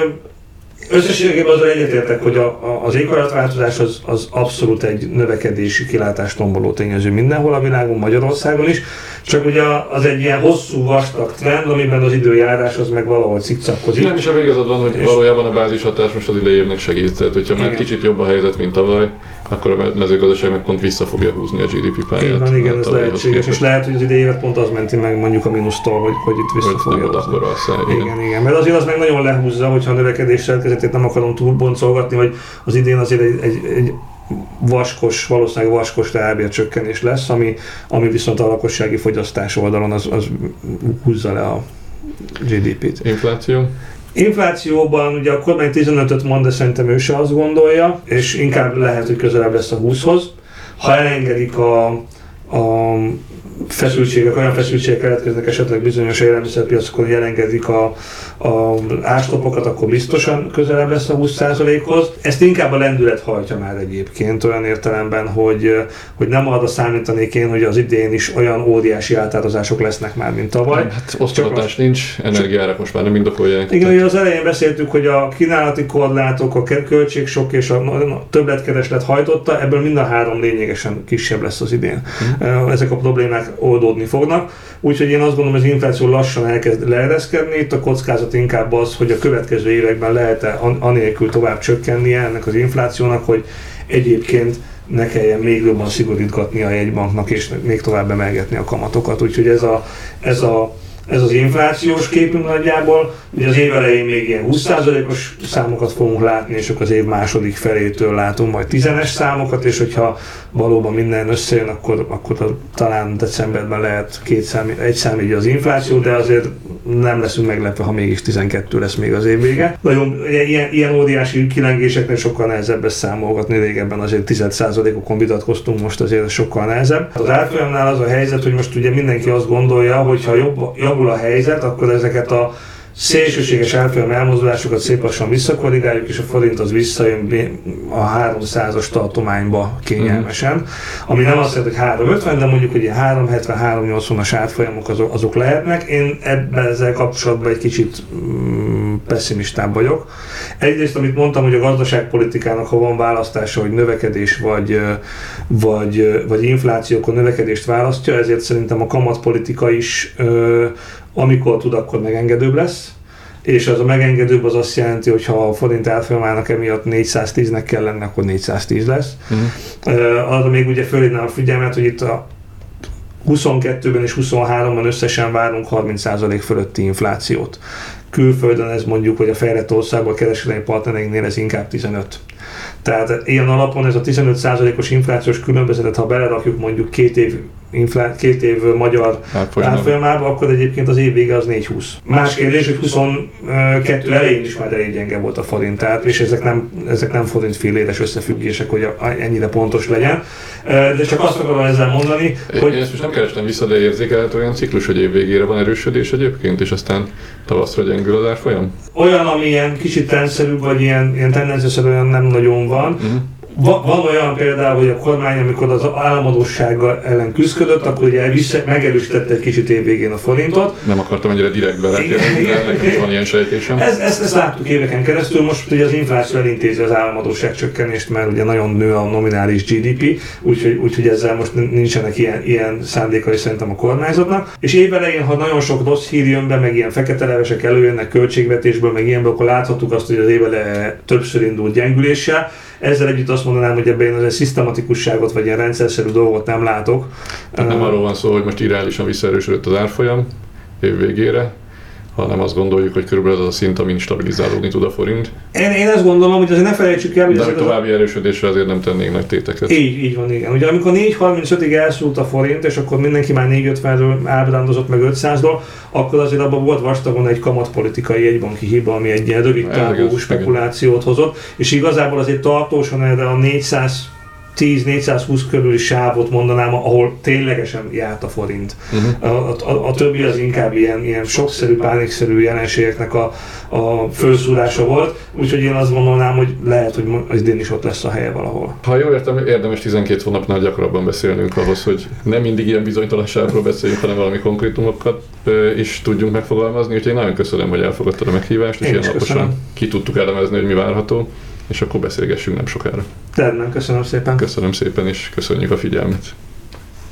összességében azzal egyetértek, hogy az éghajlatváltozás az abszolút egy növekedési kilátást tomboló tényező mindenhol a világon, Magyarországon is. Csak ugye az egy ilyen hosszú, vastag trend, amiben az időjárás az meg valahol cikcakkozik. Nem is a végazad van, hogy valójában a bázishatás most az idei évnek segít. Tehát, hogyha már kicsit jobb a helyzet, mint tavaly, akkor a mezőgazdaság meg pont vissza fogja húzni a GDP pályát. Igen, ez lehetséges, és lehet, hogy az idei évet pont az menti meg mondjuk a mínusztól, hogy itt vissza fogja húzni. Igen, mert azért az meg nagyon lehúzza, hogyha a növekedés szerkezetét nem akarom túl boncolgatni, hogy az idén azért egy valószínűleg vaskos reálbércsökkenés lesz, ami viszont a lakossági fogyasztás oldalon az húzza le a GDP-t. Infláció? Inflációban ugye a kormány 15-öt mond, de szerintem ő se azt gondolja, és inkább lehet, hogy közelebb lesz a 20-hoz. Ha elengedik a feszültségek, olyan feszültségek keletkeznek esetleg bizonyos élelmiszerpiacokon, hogy elengedik a árstopokat, akkor biztosan közelebb lesz a 20%-hoz. Ezt inkább a lendület hajtja már egyébként olyan értelemben, hogy nem arra számítanék én, hogy az idén is olyan óriási átározások lesznek már, mint tavaly. Hát osztogatás nincs, energiárak most már nem indokolják. Igen, ugye az elején beszéltük, hogy a kínálati korlátok, a költségsok és a többletkereslet hajtotta, ebből mind a 3 lényegesen kisebb lesz az idén. Ezek a problémák oldódni fognak. Úgyhogy én azt gondolom, hogy az infláció lassan elkezd leereszkedni. Itt a kockázat inkább az, hogy a következő években lehet-e anélkül tovább csökkennie ennek az inflációnak, hogy egyébként ne kelljen még jobban szigorítgatni a jegybanknak, és még tovább emelgetni a kamatokat. Úgyhogy ez az inflációs képünk nagyjából. Ugye az év elején még ilyen 20%-os számokat fogunk látni, és akkor az év második felétől látunk majd 10-es számokat, és hogyha valóban minden összejön, akkor talán decemberben lehet egy számjegyű az infláció, de azért nem leszünk meglepve, ha mégis 12 lesz még az év vége. Nagyon ilyen óriási kilengéseknél sokkal nehezebb ezt számolgatni, régebben azért 10%-okon vitatkoztunk, most azért sokkal nehezebb. Az árfolyamnál az a helyzet, hogy most ugye mindenki azt gondolja, hogy ha javul a helyzet, akkor ezeket a szélsőséges árfolyam elmozdulásokat szép lassan visszakorrigáljuk, és a forint az visszajön a 300-as tartományba kényelmesen. Ami nem azt jelenti, hogy 350, de mondjuk, hogy 370-380-as árfolyamok azok lehetnek. Én ezzel kapcsolatban egy kicsit pessimistább vagyok. Egyrészt, amit mondtam, hogy a gazdaságpolitikának, ha van választása, hogy növekedés vagy infláció, akkor növekedést választja, ezért szerintem a kamatpolitika is amikor tud, akkor megengedőbb lesz, és az a megengedőbb az azt jelenti, hogy ha a forint árfolyamának emiatt 410-nek kell lenni, akkor 410 lesz. Arra még ugye fölhívnám a figyelmet, hogy itt a 22-ben és 23-ban összesen várunk 30% fölötti inflációt. külföldön ez mondjuk, hogy a fejlett országban a kereskedelmi partnereinknél ez inkább 15. Tehát ilyen alapon ez a 15%-os inflációs különbözetet, ha belerakjuk mondjuk 2 év magyar árfolyamába, akkor egyébként az év vége az 4,20. Más kérdés, hogy 22 elején is már elég gyenge volt a forint, tehát, és ezek nem forint filléres összefüggések, hogy ennyire pontos legyen. De csak azt akarom ezzel mondani, hogy... Én ezt most nem kerestem vissza, de érzékelhető olyan ciklus, hogy év végére van erősödés egyébként, és aztán tavaszra gyengül az árfolyam? Olyan, ami ilyen kicsit trendszerűbb, vagy ilyen tendenciaszerűen nem nagyon van. Van olyan például, hogy a kormány, amikor az államadóssággal ellen küzdött, akkor ugye megerősítette egy kicsit évvégén a forintot. Nem akartam ennyire direkt belekezdeni, de nekem is van ilyen sejtésem. Ezt láttuk éveken keresztül, most ugye az infláció elintézi az államadósság csökkenést, mert ugye nagyon nő a nominális GDP, úgyhogy ezzel most nincsenek ilyen szándékai szerintem a kormányzatnak. És évelején, ha nagyon sok rossz hír jön be, meg ilyen fekete levesek előjönnek költségvetésből, meg ilyenből, akkor láthattuk azt, hogy az éveleje többször indult gyengüléssel. Ezzel együtt azt mondanám, hogy ebben azért szisztematikusságot vagy ilyen rendszerszerű dolgot nem látok. Tehát nem arról van szó, hogy most irreálisan visszaerősödött az árfolyam év végére, hanem azt gondoljuk, hogy körülbelül az a szint, amin stabilizálódni tud a forint. Én ezt gondolom, hogy azért ne felejtsük el, hogy de további erősödésre azért nem tennénk nagy téteket. Így van, igen. Ugye amikor 4,35-ig elszúrt a forint, és akkor mindenki már 4,50-ről ábrándozott meg 500-ról, akkor azért abban volt vastagon egy kamatpolitikai egybanki hiba, ami egy ilyen rövid távú spekulációt hozott, és igazából azért tartósan erre a 410-420 körüli sávot mondanám, ahol ténylegesen járt a forint. A többi az inkább ilyen sokszerű, pánikszerű jelenségeknek a fölszúrása volt, úgyhogy én azt gondolnám, hogy lehet, hogy az idén is ott lesz a helye valahol. Ha jól értem, érdemes 12 hónapnál gyakrabban beszélnünk ahhoz, hogy nem mindig ilyen bizonytalanságról beszéljünk, hanem valami konkrétumokat is tudjunk megfogalmazni, úgyhogy én nagyon köszönöm, hogy elfogadtad a meghívást, és ilyen naposan ki tudtuk elemezni, hogy mi várható, és akkor beszélgessünk nem sokára. Köszönöm szépen. Köszönöm szépen, és köszönjük a figyelmet.